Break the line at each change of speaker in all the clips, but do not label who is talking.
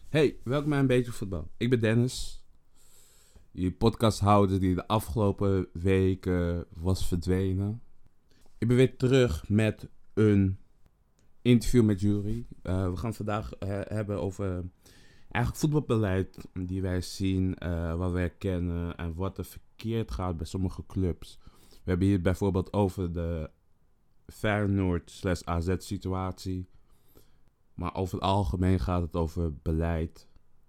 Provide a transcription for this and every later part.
Hey, welkom bij Een Beetje Voetbal. Ik ben Dennis, je podcasthouder die de afgelopen weken was verdwenen. Ik ben weer terug met een interview met Jury. We gaan vandaag hebben over eigenlijk voetbalbeleid die wij zien, wat wij kennen en wat er verkeerd gaat bij sommige clubs. We hebben hier bijvoorbeeld over de Feyenoord/AZ situatie. Maar over het algemeen gaat het over beleid.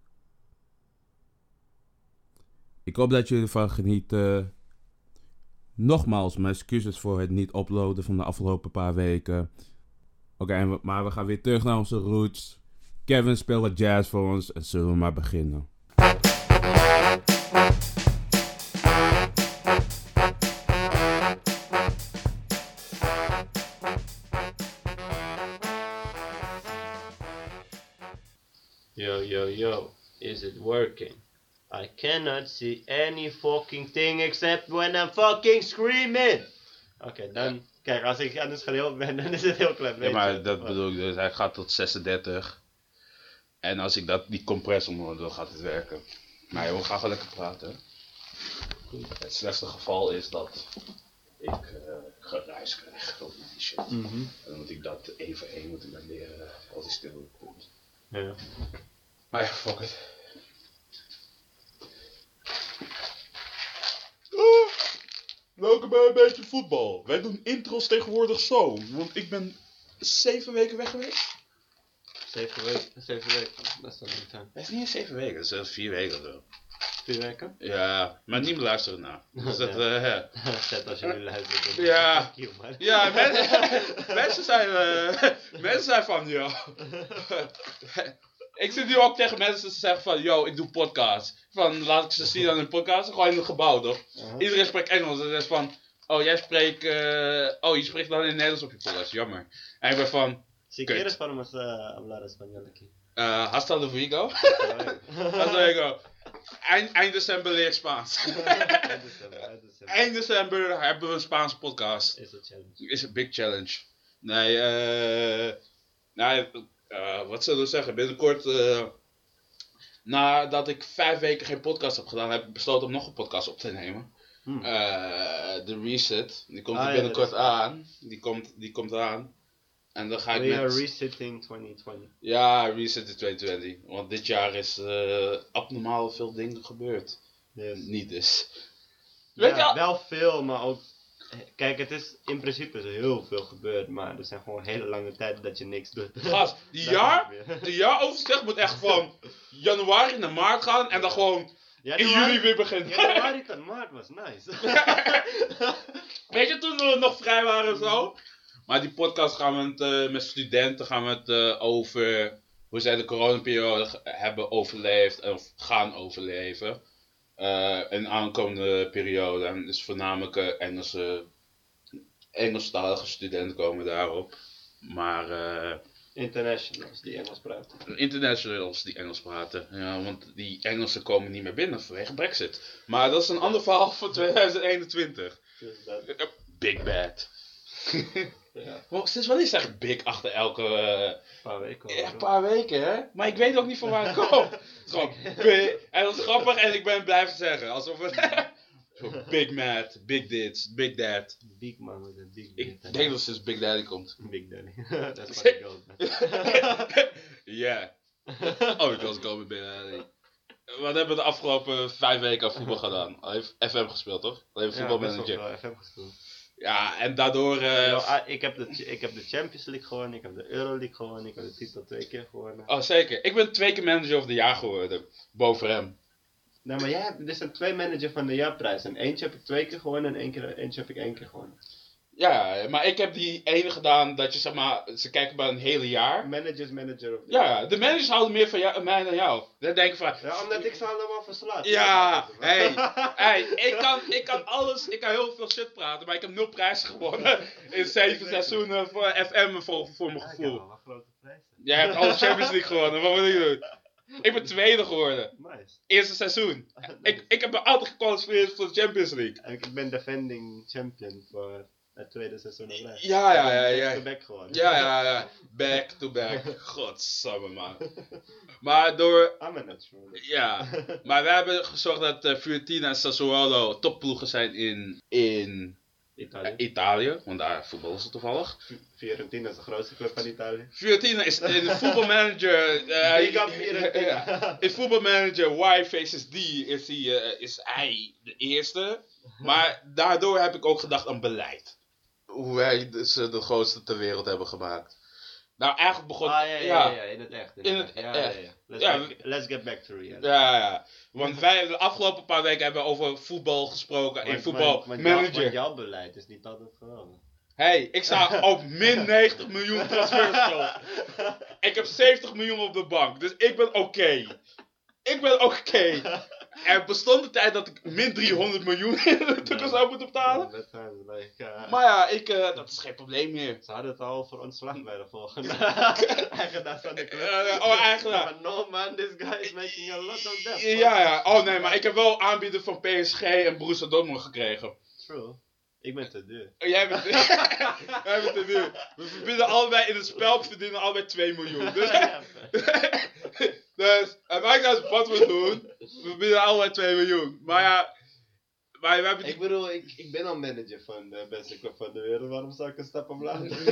Ik hoop dat jullie ervan genieten. Nogmaals, mijn excuses voor het niet uploaden van de afgelopen paar weken. Oké, maar we gaan weer terug naar onze roots. Kevin speelt wat jazz voor ons en zullen we maar beginnen.
Yo, is it working? I cannot see any fucking thing except when I'm fucking screaming! Oké, dan... Kijk, als ik anders heel ben, dan is het heel klein.
Ja, maar dat bedoel ik dus. Hij gaat tot 36. En als ik dat die compress omhoor, dan gaat het werken. Maar joh, we gaan gewoon lekker praten. Het slechtste geval is dat ik geruis krijg over die shit. En dan moet ik dat één voor één moeten leren als hij stil komt.
Ja.
Maar ja, fuck it. Welkom bij Een Beetje Voetbal. Wij doen intros tegenwoordig zo, want ik ben 7 weken weg geweest.
7 weken, dat is dan niet aan.
Het is niet eens 7 weken, het is 4 weken of zo.
4 weken?
Ja, maar niemand luistert ernaar. Dus dat,
Zet als je nu luistert.
Ja.
Fuck you, man.
Ja, mensen zijn van, ja. Ik zit nu ook tegen mensen te zeggen van, yo, ik doe podcast. Van, laat ik ze zien aan een podcast, gewoon in een gebouw, toch? Iedereen spreekt Engels, en is van, oh, je spreekt dan in het Nederlands op je podcast, jammer. En ik ben van,
Si quieres podemos hablar español aquí.
hasta luego. Hasta luego. Eind december leer ik Spaans. Eind december hebben we een Spaanse podcast.
Is een challenge.
Is een big challenge. Wat zullen we zeggen? Binnenkort, nadat ik 5 weken geen podcast heb gedaan, heb ik besloten om nog een podcast op te nemen. De Reset. Die komt er binnenkort aan. Die komt eraan. En dan ga ik
We are resetting 2020.
Ja, Reset in 2020. Want dit jaar is abnormaal veel dingen gebeurd.
Yes.
Niet dus.
Ja, wel veel, maar ook... Kijk, het is in principe heel veel gebeurd, maar er zijn gewoon hele lange tijden dat je niks doet.
Gast, de jaaroverzicht moet echt van januari naar maart gaan en dan gewoon in juli weer beginnen.
Januari tot maart was nice.
Weet je, toen we nog vrij waren en zo. Maar die podcast gaan we met studenten gaan we het over hoe zij de coronaperiode hebben overleefd of gaan overleven. Een aankomende periode. En dus voornamelijk Engelstalige studenten komen daarop. Maar
Internationals die Engels praten.
internationals die Engels praten. Ja, want die Engelsen komen niet meer binnen vanwege Brexit. Maar dat is een ander verhaal voor 2021.
Dus dat...
Big bad.
Ja.
Wow, sinds wanneer zeg ik big achter elke...
paar weken.
Ja, een paar weken, hè? Maar ik weet ook niet van waar het komt. Het is gewoon big. En dat is grappig en ik ben het blijven zeggen. Alsof het... Zo big mad, big this, big that.
Big man with a big
Ik
dick.
denk dat het sinds Big Daddy komt.
Big daddy. That's why it goes, man.
Ja. Oh, ik was go met Big Daddy. Wat hebben we de afgelopen 5 weken aan voetbal gedaan? Al heeft FM gespeeld, toch? Al heeft voetbalmanager.
Ja, FM gespeeld.
Ja, en daardoor...
Ik heb de Champions League gewonnen, ik heb de Euroleague gewonnen, ik heb de titel 2 keer gewonnen.
Oh, zeker. Ik ben 2 keer manager of the jaar geworden. Boven hem.
Nou, maar jij hebt, er zijn 2 manager van de jaarprijs. En eentje heb ik 2 keer gewonnen en eentje heb ik 1 keer gewonnen.
Ja, maar ik heb die ene gedaan dat je zeg maar, ze kijken bij een hele jaar.
Manager of the
Ja, de managers houden meer van mij dan jou. Dan denk ik van...
Ja, omdat ik ze allemaal verslaat.
Ja, hey, ik kan alles, ik kan heel veel shit praten, maar ik heb 0 prijzen gewonnen in 7 seizoenen voor FM voor mijn gevoel.
Ja, wat grote prijzen.
Jij hebt alle Champions League gewonnen, wat wil je doen? Ik ben 2e geworden.
Nice.
Eerste seizoen. Ik heb me altijd gekwalificeerd voor de Champions League.
En ik ben defending champion voor Het tweede seizoen op rij.
Ja.
Back-to-back gewoon.
Ja. Back to back. Godsamme, man. Maar door...
I'm a natural.
Ja, maar wij hebben gezorgd dat Fiorentina en Sassuolo topploegen zijn in Italië, want daar voetballen ze toevallig.
Fiorentina is de grootste club van Italië.
Fiorentina is in de voetbalmanager.
Big up Fiorentina.
In voetbalmanager Y faces D is hij de eerste. Maar daardoor heb ik ook gedacht aan beleid. Hoe wij ze de grootste ter wereld hebben gemaakt. Nou, eigenlijk begon...
Ja, in het echt.
In het echt.
Let's get back to reality.
Ja. Want wij de afgelopen paar weken hebben over voetbal gesproken in voetbalmanager.
Want jouw beleid is niet altijd geweldig.
Hey, ik sta op min 90 miljoen transferschuld. Ik heb 70 miljoen op de bank, dus ik ben oké. Er bestond de tijd dat ik min 300 miljoen in de toekomst zou moeten betalen. Maar ja, dat is geen probleem meer.
Ze hadden het al voor ontslag bij de volgende. Eigenaar van de club.
Eigenaar.
No man, this guy is making a lot of debt.
Ja. Oh nee, maar ik heb wel aanbieden van PSG en Borussia Dortmund gekregen.
True. Ik ben te duur.
Jij bent te duur. We verbinden allebei in het spel, we verdienen allebei 2 miljoen. Dus het maakt uit wat we doen. We verbinden allebei 2 miljoen. Maar we hebben...
Ik bedoel, ik ben al manager van de beste club van de wereld. Waarom zou ik een stap omlaag doen?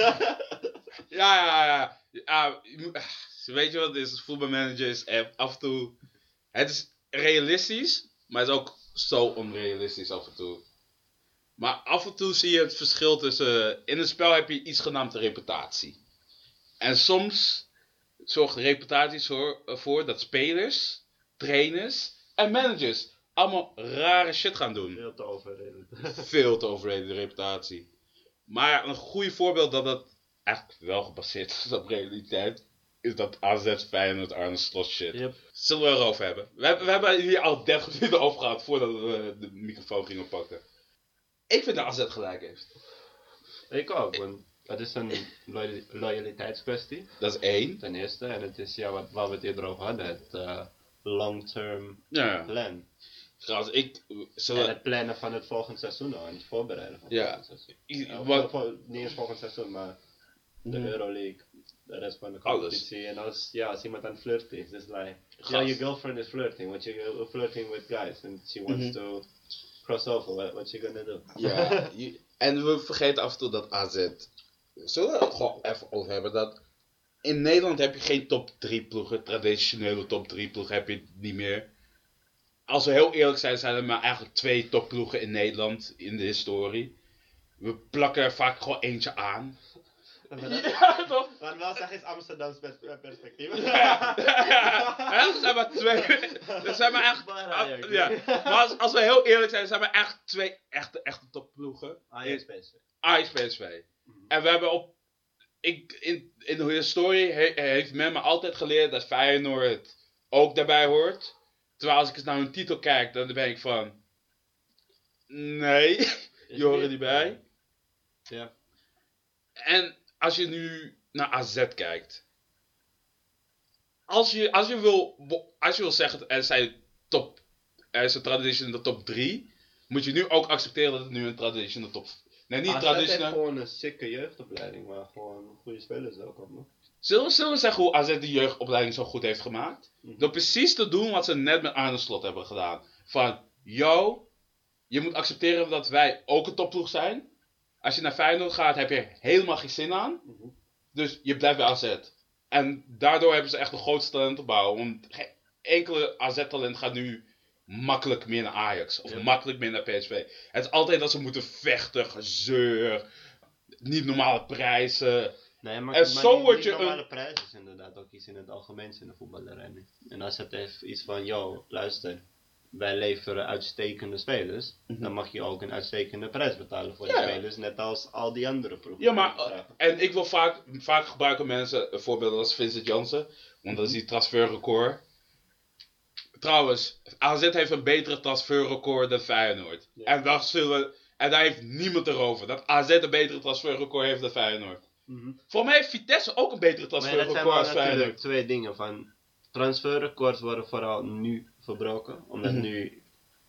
Ja. Weet je wat het is? Voetbalmanager is af en toe... Het is realistisch, maar het is ook zo onrealistisch af en toe. Maar af en toe zie je het verschil tussen... In een spel heb je iets genaamd reputatie. En soms zorgt reputatie ervoor dat spelers, trainers en managers allemaal rare shit gaan doen. Veel te overrated reputatie. Maar een goed voorbeeld dat dat eigenlijk wel gebaseerd is op realiteit, is dat AZ Feyenoord Arne Slot shit.
Yep.
Zullen we erover hebben? We hebben hier al 30 minuten over gehad voordat we de microfoon gingen pakken. Ik vind dat AZ gelijk heeft.
Ik ook, want het is een loyaliteitskwestie.
Dat is 1.
Ten eerste, en het is waar we het eerder over hadden, het long-term plan.
Trouwens,
En het plannen van het volgende seizoen al, en het voorbereiden van het volgende seizoen. Niet eens volgend seizoen, maar de Euroleague, de rest van de competitie. En als iemand aan het flirten is, dus like, your girlfriend is flirting, what you're flirting with guys, and she wants to cross over, what you gonna do?
Ja, en we vergeten af en toe dat AZ, zullen we het gewoon even over hebben, dat in Nederland heb je geen top 3 ploegen, traditionele top 3 ploegen heb je niet meer. Als we heel eerlijk zijn er maar eigenlijk 2 topploegen in Nederland in de historie. We plakken er vaak gewoon eentje aan.
Ja, toch? Maar wel zeg eens Amsterdams perspectief.
Er zijn maar 2. Er zijn maar echt. Maar als we heel eerlijk zijn, zijn er echt 2 echte topploegen. Ajax PSV. En we hebben in de historie heeft men me altijd geleerd dat Feyenoord ook daarbij hoort. Terwijl als ik eens naar hun titel kijk, dan ben ik van... Nee, je hoort er niet bij.
Ja.
En als je nu naar AZ kijkt. Als je wil zeggen, er is een tradition in de top 3. Moet je nu ook accepteren dat het nu een tradition in de top... Nee, niet tradition.
AZ heeft gewoon een sikke jeugdopleiding, waar gewoon goede spelers ook komen.
Zullen we zeggen hoe AZ de jeugdopleiding zo goed heeft gemaakt? Door precies te doen wat ze net met Arne Slot hebben gedaan. Van, je moet accepteren dat wij ook een topploeg zijn. Als je naar Feyenoord gaat, heb je helemaal geen zin aan. Dus je blijft bij AZ. En daardoor hebben ze echt de grootste talent opbouwen. Want geen enkele AZ-talent gaat nu makkelijk meer naar Ajax. Of makkelijk meer naar PSV. Het is altijd dat ze moeten vechten, gezeur, niet normale prijzen.
Nee, maar
en zo word je
normale prijzen is inderdaad ook iets in het algemeen in de voetballerij. En als het heeft iets van, luister, wij leveren uitstekende spelers, dan mag je ook een uitstekende prijs betalen voor die spelers, net als al die andere proeven.
Ja, maar, en ik wil vaak gebruiken mensen voorbeelden als Vincent Janssen, want dat is die transferrecord. Trouwens, AZ heeft een betere transferrecord dan Feyenoord. Ja. En daar heeft niemand erover, dat AZ een betere transferrecord heeft dan Feyenoord. Voor mij heeft Vitesse ook een betere transferrecord als Feyenoord. Maar dat zijn natuurlijk
2 dingen van... Transferrecords worden vooral nu verbroken, omdat nu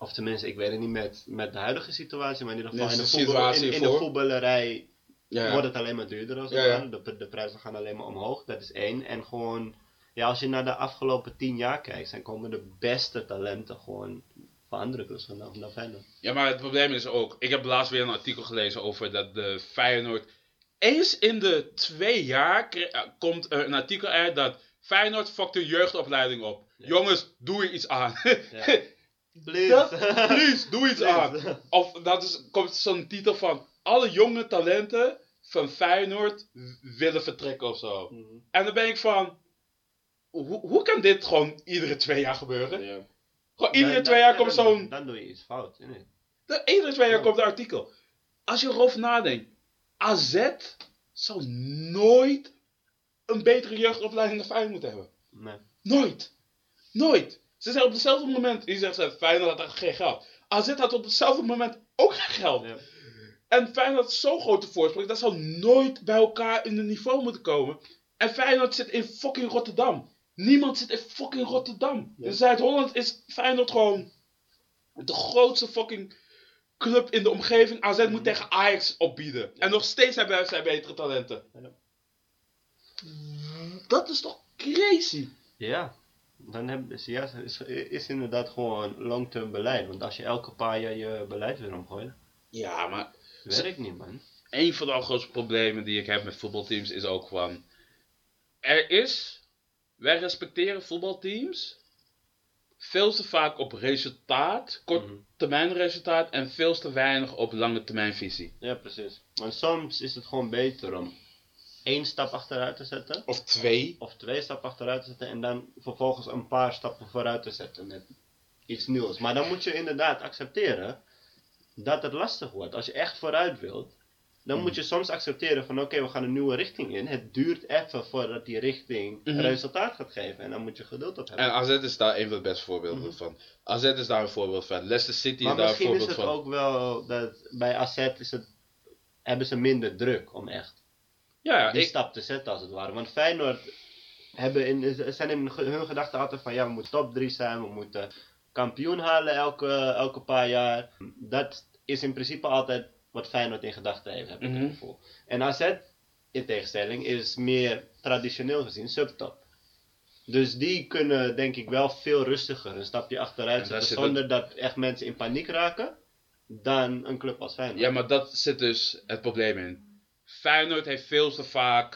Of tenminste, ik weet het niet met de huidige situatie, maar in ieder geval in de voetballerij wordt het alleen maar duurder als de prijzen gaan alleen maar omhoog, dat is 1. En gewoon, als je naar de afgelopen 10 jaar kijkt, dan komen de beste talenten gewoon van andere clubs naar Feyenoord.
Ja, maar het probleem is ook, ik heb laatst weer een artikel gelezen over dat de Feyenoord, eens in de 2 jaar komt er een artikel uit dat Feyenoord fokt de jeugdopleiding op. Ja. Jongens, doe er iets aan. Ja. Please, doe iets aan. Of komt zo'n titel van alle jonge talenten van Feyenoord willen vertrekken of zo. Mm-hmm. En dan ben ik van, hoe kan dit gewoon iedere 2 jaar gebeuren? Ja. Gewoon iedere 2 jaar komt zo'n...
Dan doe je iets fout. Nee.
Iedere 2 jaar komt een artikel. Als je erover nadenkt, AZ zou nooit een betere jeugdopleiding dan Feyenoord hebben. Nee. Nooit. Ze zijn op hetzelfde moment, je zegt Feyenoord had geen geld. AZ had op hetzelfde moment ook geen geld. Ja. En Feyenoord had zo'n grote voorsprong, dat zou nooit bij elkaar in een niveau moeten komen. En Feyenoord zit in fucking Rotterdam. Niemand zit in fucking Rotterdam. Ja. In Zuid-Holland is Feyenoord gewoon de grootste fucking club in de omgeving. AZ moet tegen Ajax opbieden. Ja. En nog steeds hebben zij betere talenten. Ja. Dat is toch crazy?
Ja. Dan is inderdaad gewoon long-term beleid. Want als je elke paar jaar je beleid weer omgooit.
Ja, maar...
Werkt niet, man.
Een van de grootste problemen die ik heb met voetbalteams is ook van... Wij respecteren voetbalteams veel te vaak op resultaat, korttermijn resultaat en veel te weinig op lange termijn visie.
Ja, precies. Want soms is het gewoon beter om 1 stap achteruit te zetten.
Of 2.
Of 2 stappen achteruit te zetten en dan vervolgens een paar stappen vooruit te zetten met iets nieuws. Maar dan moet je inderdaad accepteren dat het lastig wordt. Als je echt vooruit wilt, dan moet je soms accepteren van oké, we gaan een nieuwe richting in. Het duurt even voordat die richting resultaat gaat geven. En dan moet je geduld op hebben.
En AZ is daar een van de beste voorbeelden van. AZ is daar een voorbeeld van. Leicester City is daar een voorbeeld van.
Maar misschien is het ook wel dat bij AZ hebben ze minder druk om echt die stap te zetten als het ware. Want Feyenoord zijn in hun gedachten altijd van we moeten top 3 zijn. We moeten kampioen halen elke paar jaar. Dat is in principe altijd wat Feyenoord in gedachten heeft, heb ik het gevoel. En AZ, in tegenstelling, is meer traditioneel gezien subtop. Dus die kunnen denk ik wel veel rustiger een stapje achteruit zetten zonder dat echt mensen in paniek raken dan een club als Feyenoord.
Ja, maar dat zit dus het probleem in. Feyenoord heeft veel te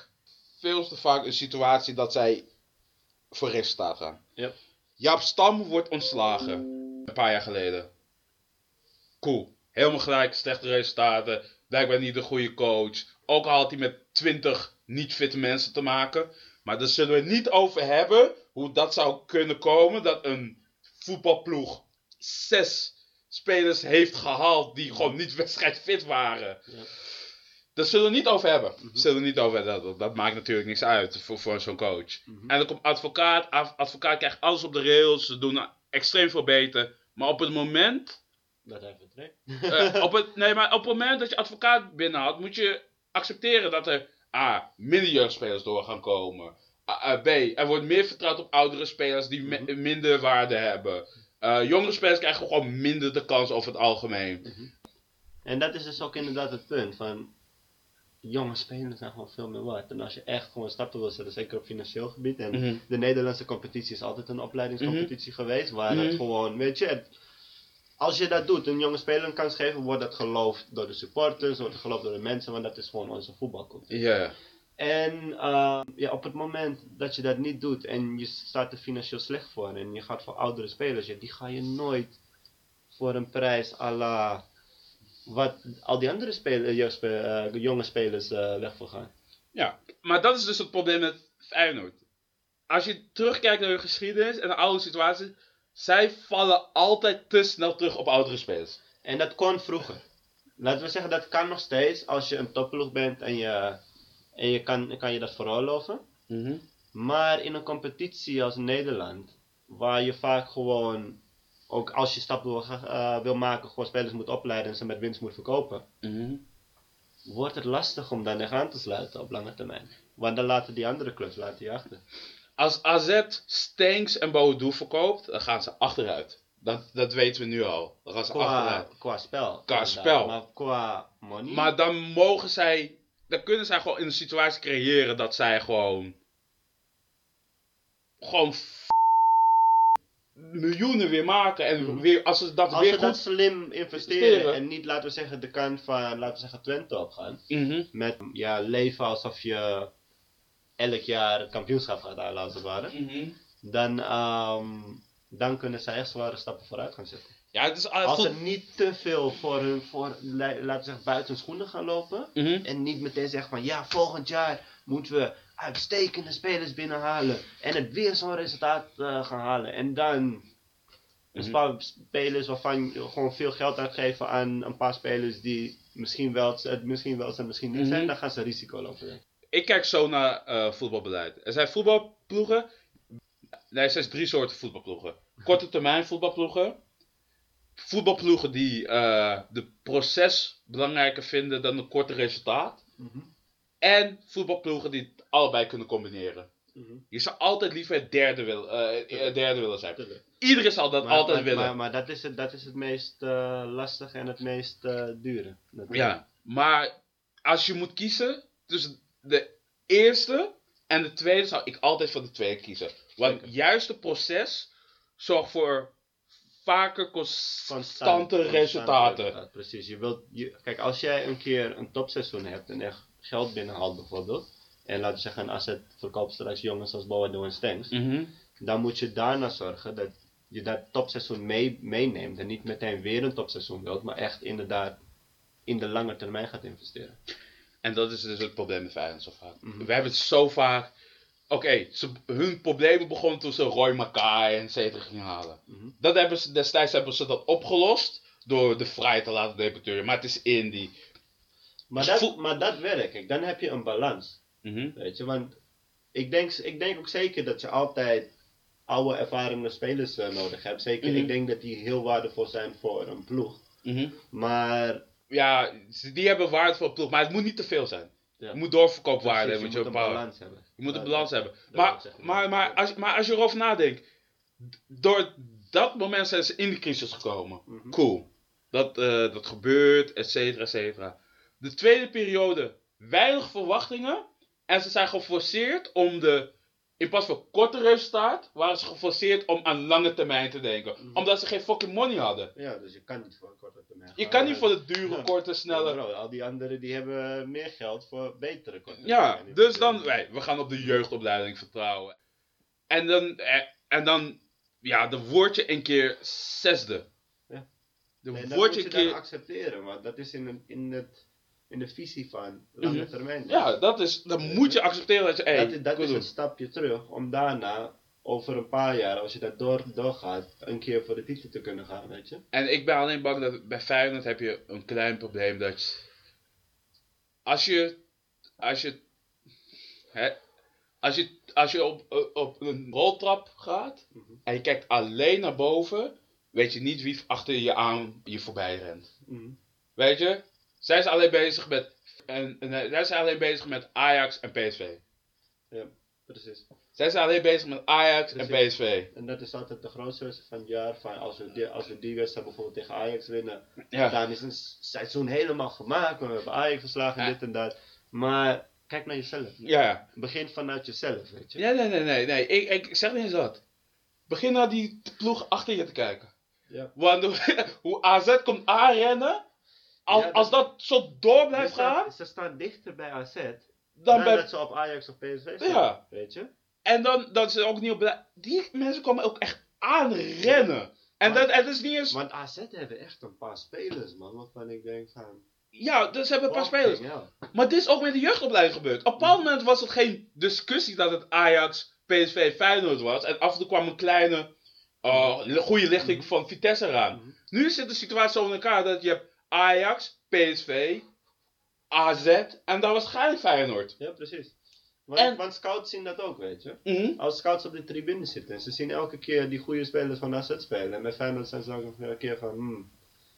vaak een situatie dat zij voor resultaat gaan. Yep. Jaap Stam wordt ontslagen een paar jaar geleden. Cool. Helemaal gelijk, slechte resultaten. Blijkbaar niet de goede coach. Ook al had hij met 20 niet fitte mensen te maken. Maar daar zullen we het niet over hebben. Hoe dat zou kunnen komen. Dat een voetbalploeg 6 spelers heeft gehaald die gewoon niet wedstrijdfit waren. Ja. Daar zullen we niet over hebben. Dat maakt natuurlijk niks uit voor zo'n coach. En dan komt advocaat. Advocaat krijgt alles op de rails. Ze doen extreem veel beter. Maar op het moment...
Dat hij vertrekt.
op het moment dat je advocaat binnenhaalt, moet je accepteren dat er minder jeugdspelers door gaan komen. B, er wordt meer vertrouwd op oudere spelers die minder waarde hebben. Jongere spelers krijgen gewoon minder de kans over het algemeen.
En dat is dus ook inderdaad het punt van... Jonge spelers zijn gewoon veel meer waard. En als je echt gewoon stappen wil zetten, zeker op financieel gebied. En de Nederlandse competitie is altijd een opleidingscompetitie geweest. Waar het gewoon, weet je... Als je dat doet, een jonge speler een kans geven, wordt dat geloofd door de supporters, wordt het geloofd door de mensen, want dat is gewoon onze voetbalcultuur.
Yeah.
En op het moment dat je dat niet doet en je staat er financieel slecht voor en je gaat voor oudere spelers, die ga je nooit voor een prijs à la wat al die andere jonge spelers weg voor gaan.
Ja, maar dat is dus het probleem met Feyenoord. Als je terugkijkt naar hun geschiedenis en naar oude situaties, zij vallen altijd te snel terug op oudere spelers.
En dat kon vroeger. Laten we zeggen, dat kan nog steeds als je een topploeg bent en je kan je dat veroorloven. Maar in een competitie als Nederland, waar je vaak gewoon, ook als je stappen wil maken, gewoon spelers moet opleiden en ze met winst moet verkopen. Wordt het lastig om dan echt aan te sluiten op lange termijn. Want dan laten die andere clubs je achter.
Als AZ Stenks en Boadu verkoopt, dan gaan ze achteruit. Dat weten we nu al. Dat was
qua spel.
Qua spel.
Maar qua money.
Maar dan kunnen zij gewoon in een situatie creëren dat zij gewoon miljoenen weer maken. En weer, als ze dat
slim investeren en niet, laten we zeggen, de kant van, laten we zeggen, Twente opgaan. Met leven alsof je elk jaar het kampioenschap gaat halen, als het ware. Dan kunnen zij echt zware stappen vooruit gaan zetten.
Ja, het is
als ze niet te veel laten we zeggen, buiten schoenen gaan lopen. En niet meteen zeggen van, ja, volgend jaar moeten we uitstekende spelers binnenhalen. En het weer zo'n resultaat gaan halen. En dan een paar spelers waarvan je gewoon veel geld uitgeven aan een paar spelers die misschien wel zijn, misschien niet zijn. Dan gaan ze risico lopen.
Ik kijk zo naar voetbalbeleid. Er zijn voetbalploegen. Nee, er zijn 3 soorten voetbalploegen. Korte termijn voetbalploegen. Voetbalploegen die de proces belangrijker vinden dan een korte resultaat. En voetbalploegen die het allebei kunnen combineren. Je zou altijd liever derde willen zijn. Iedereen zal dat altijd willen.
Maar dat is het meest lastige en het meest dure.
Ja, maar als je moet kiezen tussen de eerste en de tweede, zou ik altijd voor de tweede kiezen. Want juist het proces zorgt voor vaker constante resultaten.
Precies. Kijk, als jij een keer een topseizoen hebt en echt geld binnenhaalt bijvoorbeeld. En laten we zeggen een asset verkoopt straks jongens als Boadu en Stengs. Dan moet je daarna zorgen dat je dat topseizoen meeneemt. En niet meteen weer een topseizoen wilt. Maar echt inderdaad in de lange termijn gaat investeren.
En dat is dus het probleem met Feyenoord zo vaak. We hebben het zo vaak. Hun problemen begonnen toen ze Roy Mackay en cetera gingen halen. Destijds hebben ze dat opgelost door de Vrij te laten debuteren. Maar het is Indy.
Maar dat werkt. Kijk, dan heb je een balans. Weet je, want ik denk ook zeker dat je altijd oude ervarende spelers nodig hebt. Zeker, ik denk dat die heel waardevol zijn voor een ploeg. Maar
ja, die hebben waarde voor een ploeg, maar het moet niet te veel zijn. Ja. Je moet doorverkoopwaarde hebben.
Je moet een balans hebben.
Je moet een balans hebben. Maar als je erover nadenkt, door dat moment zijn ze in de crisis gekomen. Cool. Dat gebeurt, et cetera, et cetera. De tweede periode, weinig verwachtingen. En ze zijn geforceerd om in plaats van korte resultaat, waren ze geforceerd om aan lange termijn te denken. Omdat ze geen fucking money hadden.
Ja, dus je kan niet voor een korte termijn.
Je kan niet voor de dure, korte, snelle.
Bro, al die anderen die hebben meer geld voor betere korte
termijn. Ja, dus dan, we gaan op de jeugdopleiding vertrouwen. En dan word je een keer 6e.
Ja. Dat moet je dan accepteren, want dat is in de visie van lange termijn.
Ja, dan moet je accepteren dat je...
dat is een stapje terug om daarna, over een paar jaar, als je dat doorgaat, een keer voor de titel te kunnen gaan, weet je.
En ik ben alleen bang dat bij Feyenoord heb je een klein probleem dat als je op een roltrap gaat en je kijkt alleen naar boven, weet je niet wie achter je aan je voorbij rent. Weet je? Zij zijn alleen bezig met Ajax en PSV.
Ja, precies.
Zij zijn alleen bezig met Ajax en PSV.
En dat is altijd de grootste wedstrijd van het jaar. Van als we die wedstrijd bijvoorbeeld tegen Ajax winnen, dan is een seizoen helemaal gemaakt. We hebben Ajax verslagen, dit en dat. Maar kijk naar jezelf.
Ja.
Begin vanuit jezelf, weet je.
Ja, nee. Ik zeg niet eens dat. Begin naar die ploeg achter je te kijken. Ja. Want hoe AZ komt aanrennen. Als dat zo door blijft gaan...
Ze staan dichter bij AZ dan dat ze op Ajax of PSV staan, weet je.
En dan dat ze ook niet op... Die mensen komen ook echt aanrennen. En dat is niet eens...
Want AZ hebben echt een paar spelers, man, waarvan ik denk van...
Ja, dus ze hebben een paar spelers. Ja. Maar dit is ook met de jeugdopleiding gebeurd. Op een bepaald moment was het geen discussie dat het Ajax, PSV, Feyenoord was. En af en toe kwam een kleine, goede lichting van Vitesse eraan. Nu zit de situatie zo in elkaar dat je hebt Ajax, PSV, AZ en dan waarschijnlijk Feyenoord.
Ja, precies. Want scouts zien dat ook, weet je. Als scouts op de tribune zitten en ze zien elke keer die goede spelers van AZ spelen. En bij Feyenoord zijn ze ook een keer van,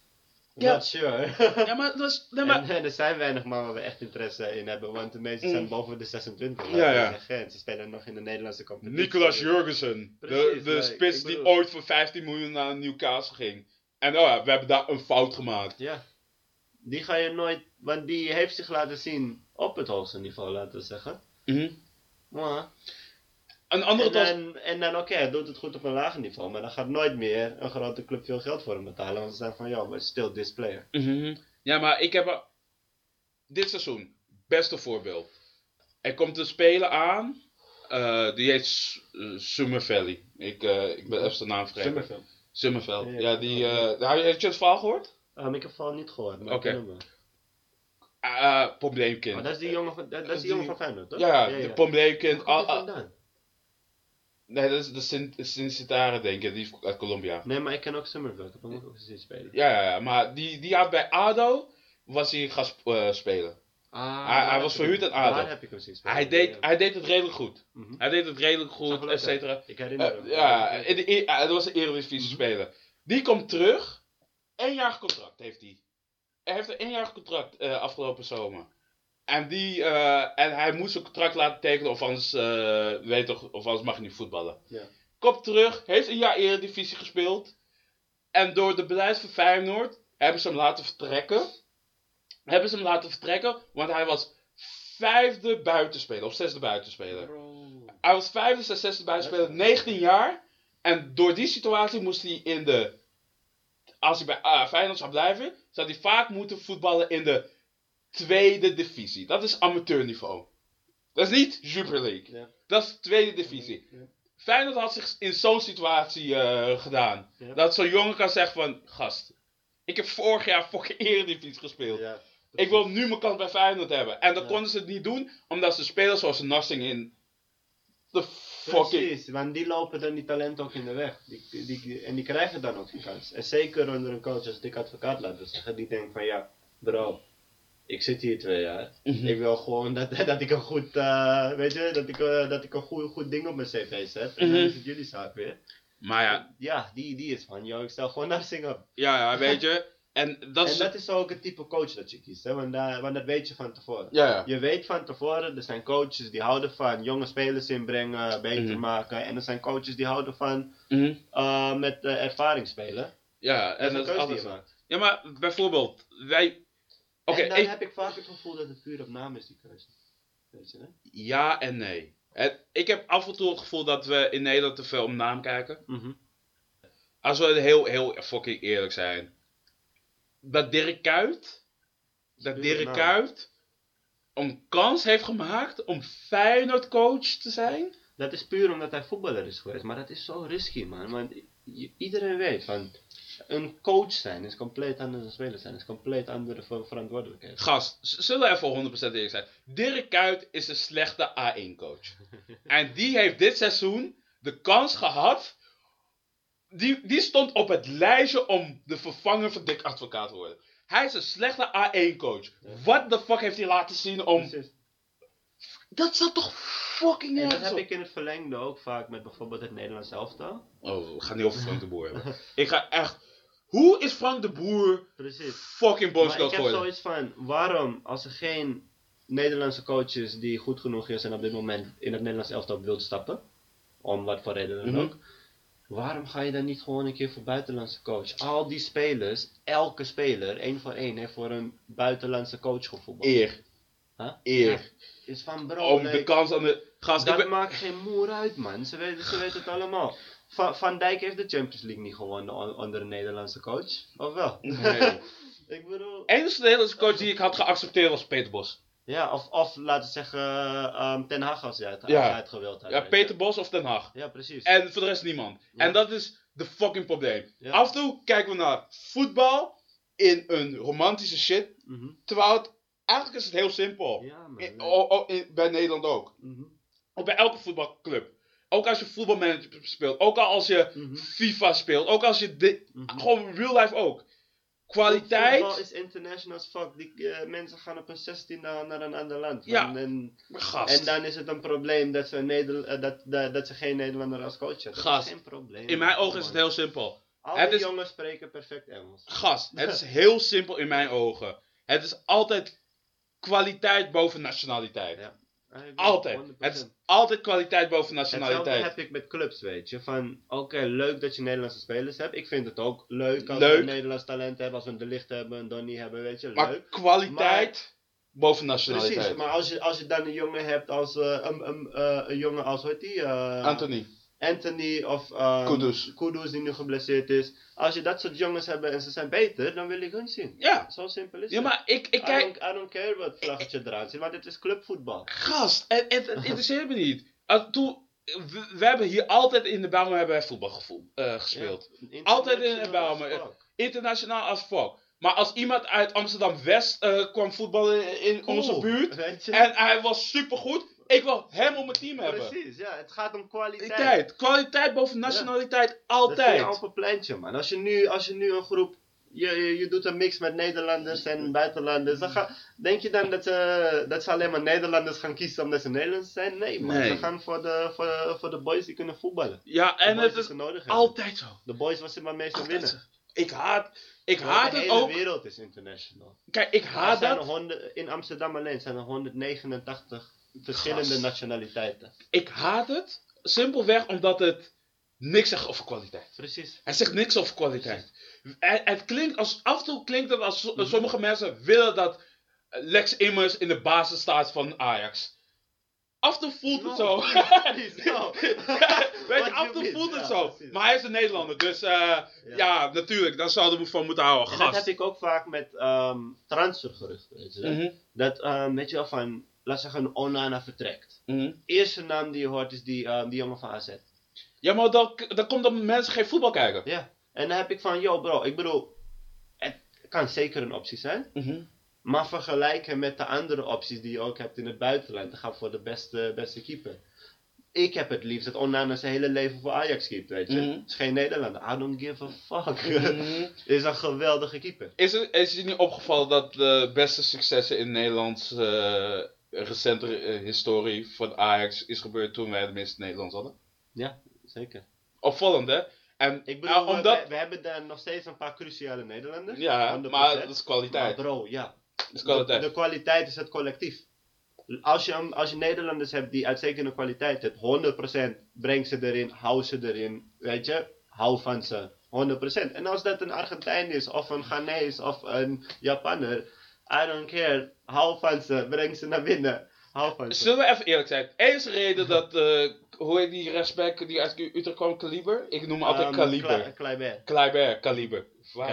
Ja. Not sure.
Ja, maar dat is... Nee,
maar... En er zijn weinig mannen waar we echt interesse in hebben, want de meeste zijn boven de 26.
Ja.
Ze spelen nog in de Nederlandse competitie.
Nicolas Jurgensen, de spits die ooit voor 15 miljoen naar Newcastle ging. En we hebben daar een fout gemaakt.
Ja. Die ga je nooit... Want die heeft zich laten zien op het hoogste niveau, laten we zeggen. Maar...
Een andere
en dan hij doet het goed op een lager niveau, maar dan gaat nooit meer een grote club veel geld voor hem betalen. Want ze zeggen van, ja, maar still this player.
Ja, maar ik heb dit seizoen, beste voorbeeld. Er komt een speler aan, die heet Summer Valley. Ik ben even de naam vergeten. Summerveld. Ja, die... Heb je het verhaal gehoord?
Ik heb het verhaal niet gehoord, maar
ik ken hem. Probleemkind.
Maar dat is die jongen van Feyenoord, toch?
Ja, de probleemkind. Nee, dat is de Sint-Citara, denk ik, die is uit Colombia.
Nee, maar ik ken ook Summerveld, ik heb hem ook gezien spelen.
Ja, maar die had bij ADO, was hij gaan spelen. Hij was verhuurd aan ADO.
Daar heb ik hem zien spelen.
Hij deed het redelijk goed. Hij deed het redelijk goed, et cetera.
Ik herinner hem.
Dat was een Eredivisie speler. Die komt terug, 1-jarig contract heeft hij. Hij heeft een 1-jarig contract afgelopen zomer. En hij moest zijn contract laten tekenen, of anders, of anders mag hij niet voetballen.
Ja.
Komt terug, heeft een jaar Eredivisie gespeeld. En door de beleid van Feyenoord hebben ze hem laten vertrekken. Want hij was 5e buitenspeler, of 6e buitenspeler.
Bro.
Hij was 5e, 6e buitenspeler, 19 jaar. En door die situatie moest hij als hij bij Feyenoord zou blijven, zou hij vaak moeten voetballen in de 2e divisie. Dat is amateurniveau. Dat is niet Super League.
Ja.
Dat is 2e divisie.
Ja.
Feyenoord had zich in zo'n situatie gedaan.
Ja.
Dat zo'n jongen kan zeggen van, gast, ik heb vorig jaar fucking Eredivisie gespeeld.
Ja,
ik wil nu mijn kans bij Feyenoord hebben. En dan konden ze het niet doen, omdat ze spelen zoals een Narsing in de fucking...
Precies, want die lopen dan die talenten ook in de weg. En die krijgen dan ook geen kans. En zeker onder een coach als Dick Advocaat, laten we zeggen, die denkt van, ja, bro, ik zit hier 2 jaar. Ik wil gewoon dat ik een goed, dat ik een goed ding op mijn cv zet. En dan is het jullie zaak weer.
Maar ja.
Ja, die is van, joh, ik stel gewoon Narsing op.
Ja, weet je. En dat
is ook het type coach dat je kiest, hè? Want dat weet je van tevoren.
Ja.
Je weet van tevoren, er zijn coaches die houden van jonge spelers inbrengen, beter maken. En er zijn coaches die houden van met ervaring spelen.
Ja, en dat is altijd zo. Ja, maar bijvoorbeeld, wij...
En dan heb ik vaak het gevoel dat het puur op naam is, die keuze. Weet je, hè?
Ja en nee. Ik heb af en toe het gevoel dat we in Nederland te veel om naam kijken. Als we heel, heel fucking eerlijk zijn. Dat Dirk Kuyt een kans heeft gemaakt om Feyenoord coach te zijn.
Dat is puur omdat hij voetballer is geweest. Maar dat is zo risky, man. Want iedereen weet van... Een coach zijn is compleet anders dan speler zijn. Is compleet andere verantwoordelijkheid.
Gast, zullen we even 100% eerlijk zijn. Dirk Kuyt is een slechte A1 coach. En die heeft dit seizoen de kans gehad. Die stond op het lijstje om de vervanger van Dick Advocaat te worden. Hij is een slechte A1 coach. What the fuck heeft hij laten zien om...
Precies.
Dat zat toch fucking nergens op.
Dat heb ik in het verlengde ook vaak met bijvoorbeeld het Nederlands elftal.
Oh, we gaan niet over Frank de Boer hebben. Ik ga echt... Hoe is Frank de Boer fucking bondscoach geworden?
Maar ik heb zoiets van, waarom als er geen Nederlandse coach is die goed genoeg is en op dit moment in het Nederlands elftal wil stappen, om wat voor reden dan ook, waarom ga je dan niet gewoon een keer voor buitenlandse coach? Al die spelers, elke speler, 1 voor 1, heeft voor een buitenlandse coach gevoetbald.
Eer.
Ja, is van bro,
om de kans aan de... Gast,
dat maakt geen moer uit, man. Ze weten het allemaal. Van Dijk heeft de Champions League niet gewonnen onder een Nederlandse coach. Of wel?
Nee.
Ik bedoel...
De enige Nederlandse coach die ik had geaccepteerd was Peter Bos.
Ja, of laten we zeggen Ten Hag als hij het gewild had.
Ja, Peter Bos of Ten Hag.
Ja, precies.
En voor de rest niemand. Ja. En dat is de fucking probleem.
Ja.
Af en toe kijken we naar voetbal in een romantische shit. Terwijl eigenlijk is het heel simpel.
Ja, man,
bij Nederland ook. Of bij elke voetbalclub. Ook als je voetbalmanager speelt. Ook als je FIFA speelt. Ook als je... Gewoon real life ook. Kwaliteit...
Voetbal is international as fuck. Die mensen gaan op een 16e naar een ander land.
Ja,
en
gast.
dan is het een probleem dat ze, dat ze geen Nederlander als coach hebben.
Gast.
Dat is geen probleem.
In mijn ogen is het heel simpel.
Al die jongens spreken perfect Engels.
Gast, het is heel simpel in mijn ogen. Het is altijd kwaliteit boven nationaliteit. Ja. Altijd. 100%. Het is altijd kwaliteit boven nationaliteit.
Hetzelfde heb ik met clubs, weet je. Van, oké, leuk dat je Nederlandse spelers hebt. Ik vind het ook leuk als we een Nederlands talent hebben. Als we een De Ligt hebben, een Donny hebben, weet je. Leuk.
Maar kwaliteit boven nationaliteit.
Precies, maar als je dan een jongen hebt als, een jongen als, hoe heet die? Anthony of Kudus die nu geblesseerd is. Als je dat soort jongens hebt en ze zijn beter, dan wil ik hun zien. Ja. Zo simpel is het.
Ja, maar ik kijk...
I don't care wat vlaggetje eraan zit, want het is clubvoetbal.
Gast, het interesseert me niet. We hebben hier altijd in de Bijlmer hebben wij voetbal gespeeld. Ja, altijd in de Bijlmer. Internationaal als fuck. Maar als iemand uit Amsterdam-West kwam voetballen in onze buurt en hij was supergoed, ik wil hem op mijn team hebben.
Precies, ja. Het gaat om kwaliteit.
Kwaliteit boven nationaliteit, altijd. Dat
is een open pleintje, man. Als je nu een groep, je doet een mix met Nederlanders en buitenlanders, denk je dan dat ze alleen maar Nederlanders gaan kiezen omdat ze Nederlands zijn? Nee, man. Ze gaan voor de boys die kunnen voetballen.
Ja, en het is altijd zo.
De boys was er maar mee te winnen.
Ik haat het ook.
De hele wereld is international.
Kijk, ik haat dat.
In Amsterdam alleen zijn er 189 verschillende nationaliteiten.
Ik haat het simpelweg omdat het niks zegt over kwaliteit.
Precies.
Het zegt niks over kwaliteit. Het klinkt af en toe klinkt het als sommige mensen willen dat Lex Immers in de basis staat van Ajax. Af en toe voelt het zo. Weet je, af en toe voelt het zo. Precies. Maar hij is een Nederlander, dus ja, natuurlijk, daar zouden we van moeten houden.
Dat heb ik ook vaak met transfergeruchten. Weet je, dat, weet je wel, van, laat zeggen, Onana vertrekt. Eerste naam die je hoort is die jongen van AZ.
Ja, maar dan komt dat mensen geen voetbal kijken.
Ja, en dan heb ik van, yo bro, ik bedoel, het kan zeker een optie zijn. Maar vergelijken met de andere opties die je ook hebt in het buitenland. Dan gaan voor de beste keeper. Ik heb het liefst dat Onana zijn hele leven voor Ajax keept, weet je. Het is geen Nederlander. I don't give a fuck. Is een geweldige keeper.
Is je niet opgevallen dat de beste successen in Nederlands recente historie van Ajax is gebeurd toen wij de meeste Nederlands hadden?
Ja, zeker.
Opvallend, hè? En
ik bedoel, we hebben daar nog steeds een paar cruciale Nederlanders.
Ja, 100%. Maar dat is kwaliteit.
Maar bro, ja.
De
kwaliteit is het collectief. Als je Nederlanders hebt die uitstekende kwaliteit hebben, 100% breng ze erin, hou ze erin, weet je, hou van ze, 100%. En als dat een Argentijn is, of een Ghanese, of een Japanner, I don't care, hou van ze, breng ze naar binnen, hou van ze.
Zullen we even eerlijk zijn, eens reden dat, hoe heet die rechtsback die uit Utrecht kwam, Kaliber? Ik noem hem altijd Kaliber. Kaliber.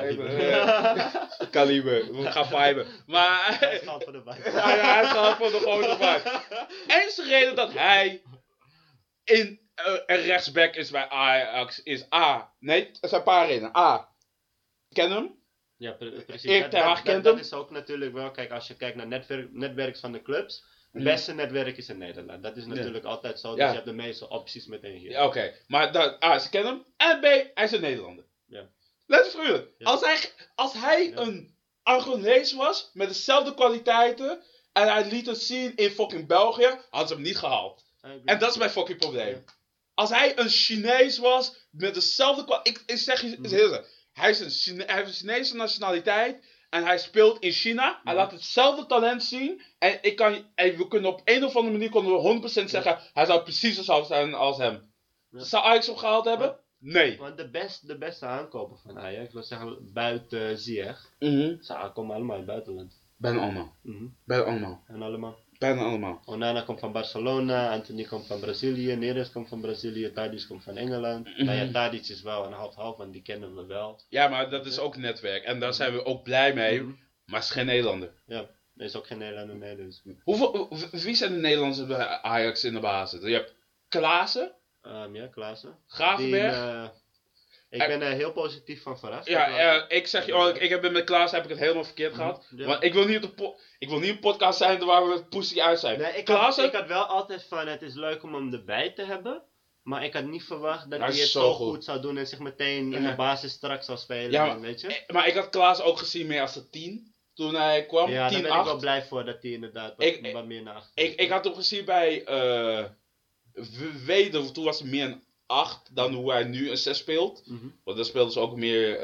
Kaliber, we gaan viben. Maar
hij gaat voor de vibe.
Hij gaat voor de grote vibe. Eens de reden dat hij een rechtsback is bij Ajax is A. Nee, er zijn een paar redenen. A. Ken hem.
Ja, precies. Dat is ook natuurlijk wel, kijk, als je kijkt naar netwerks van de clubs. Het beste netwerk is in Nederland. Dat is natuurlijk altijd zo. Dus je hebt de meeste opties meteen hier.
Ja, oké. Maar A, ze kennen hem. En B, hij is een Nederlander.
Ja.
Let eens voor als hij een Angolees was, met dezelfde kwaliteiten, en hij liet het zien in fucking België, hadden ze hem niet gehaald. En dat is mijn fucking probleem. Ja. Als hij een Chinees was, met dezelfde kwaliteit, ik zeg je heel hij heeft een Chinese nationaliteit, en hij speelt in China, hij laat hetzelfde talent zien, en we kunnen op een of andere manier 100% zeggen, hij zou precies zo zijn als hem. Ja. Zou Ajax hem gehaald hebben? Ja. Nee.
Want de beste aankopen van Ajax, ik wil zeggen buiten Ziyech, ze komen allemaal uit het buitenland.
Bijna allemaal. Bijna allemaal.
En allemaal.
Bijna allemaal.
Onana komt van Barcelona, Anthony komt van Brazilië, Neres komt van Brazilië, Tadic komt van Engeland. Nou ja, Tadic is wel een half-half, want die kennen we wel.
Ja, maar dat is ook netwerk en daar zijn we ook blij mee, maar het is geen Nederlander.
Ja, er is ook geen Nederlander, nee. Dus.
Wie zijn de Nederlanders bij Ajax in de basis? Je hebt Klaassen.
Ja, Klaassen.
Gravenberg.
Ik ben er heel positief van verrast.
Ja, ik zeg je, ik heb met Klaas heb ik het helemaal verkeerd gehad. Ja. Want ik wil niet een podcast zijn waar we pussy uit zijn.
Nee, ik had wel altijd van, het is leuk om hem erbij te hebben. Maar ik had niet verwacht dat hij het zo goed zou doen en zich meteen in de basis straks zou spelen.
Ja,
weet je?
Maar ik had Klaas ook gezien meer als de 10. Toen hij kwam, 10-8.
Ja, daar ben ik wel blij voor dat hij inderdaad wat meer naar achter.
Ik had hem gezien bij Weder, toen was hij meer een 8 dan hoe hij nu een 6 speelt. Want dan speelden ze ook meer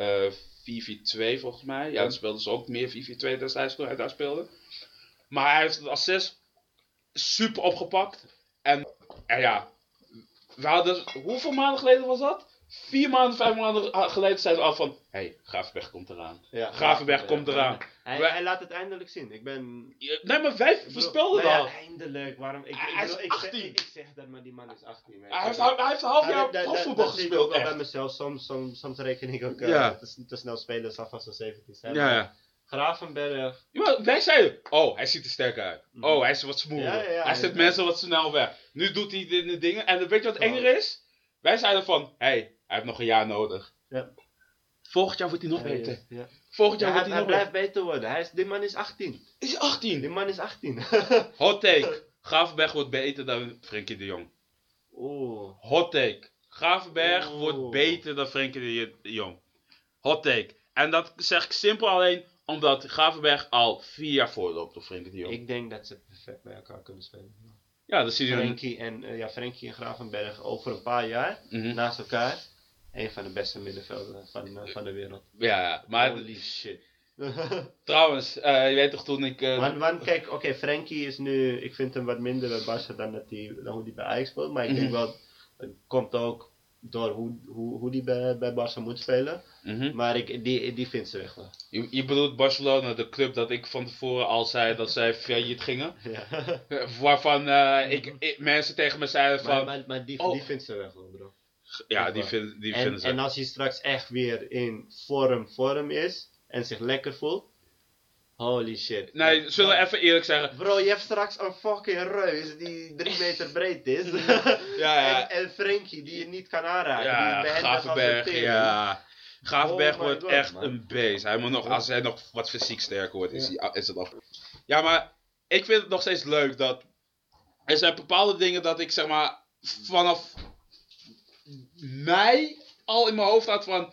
4-4-2 volgens mij. Ja, dan speelden ze ook meer 4-4-2 destijds toen hij daar speelde. Maar hij heeft het als 6 super opgepakt. En ja, we hadden, hoeveel maanden geleden was dat? 4 maanden, 5 maanden geleden zeiden we al van... Gravenberch komt eraan. Ja, Gravenberch komt eraan.
Hij laat het eindelijk zien.
Nee, maar wij voorspelden dat.
Ja, eindelijk. Waarom?
Hij is 18.
Ik zeg dat, maar die man is 18.
Hij heeft een half jaar profvoetbal gespeeld.
Dat bij mezelf. Soms reken ik ook te snel spelers af als ze 17 zijn.
Ja.
Gravenberch.
Ja, wij zeiden, hij ziet er sterk uit. Hij is wat smoeler. Hij zet mensen wat snel weg. Nu doet hij de dingen. En weet je wat enger is? Wij zeiden van, hij heeft nog een jaar nodig. Ja. Volgend jaar wordt hij nog beter. Ja. Volgend jaar wordt hij nog
blijft beter worden. Die man is 18.
Is hij 18?
Die man is 18.
Hot take. Gravenberch wordt beter dan Frenkie de Jong. Hot take. Gravenberch wordt beter dan Frenkie de Jong. Hot take. En dat zeg ik simpel alleen omdat Gravenberch al 4 jaar voorloopt op Frenkie de Jong.
Ik denk dat ze perfect bij elkaar kunnen spelen.
Ja, dat zie je.
Frenkie en Gravenberch over een paar jaar naast elkaar. Een van de beste middenvelden van de wereld.
Ja, maar...
Holy shit.
Trouwens, je weet toch toen ik...
Kijk, Frenkie is nu... Ik vind hem wat minder bij Barca dan hoe hij bij Ajax speelt. Maar ik denk wel... Het komt ook door hoe hij bij Barca moet spelen. Maar die vindt ze weg wel.
Je bedoelt Barcelona, de club dat ik van tevoren al zei dat zij failliet gingen? Ja. Waarvan mensen tegen me zeiden van...
Maar die vindt ze weg wel, bro.
Ja, die vinden ze.
En als hij straks echt weer in vorm is en zich lekker voelt, holy shit.
Nee, zullen we even eerlijk zeggen.
Bro, je hebt straks een fucking reus die 3 meter breed is. En Frenkie die je niet kan aanraken.
Ja, Gravenberch, Gravenberch wordt echt een beest. Hij moet nog, als hij nog wat fysiek sterker wordt, is het af. Ja, maar ik vind het nog steeds leuk dat er zijn bepaalde dingen dat ik zeg maar vanaf mij al in mijn hoofd had van...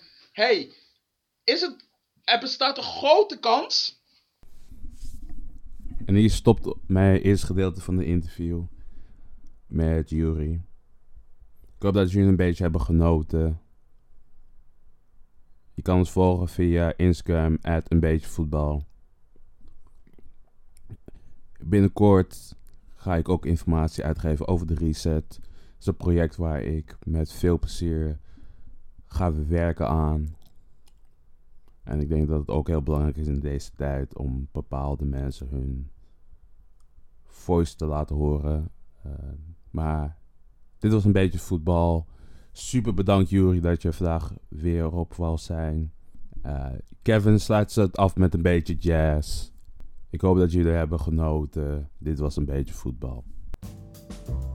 er bestaat een grote kans.
En hier stopt mijn eerste gedeelte van de interview met Yuri. Ik hoop dat jullie een beetje hebben genoten. Je kan ons volgen via Instagram @eenbeetjevoetbal. Binnenkort ga ik ook informatie uitgeven over de Reset. Het is een project waar ik met veel plezier ga werken aan. En ik denk dat het ook heel belangrijk is in deze tijd om bepaalde mensen hun voice te laten horen. Maar dit was een beetje voetbal. Super bedankt Yuri dat je vandaag weer op wou zijn. Kevin sluit het af met een beetje jazz. Ik hoop dat jullie hebben genoten. Dit was een beetje voetbal.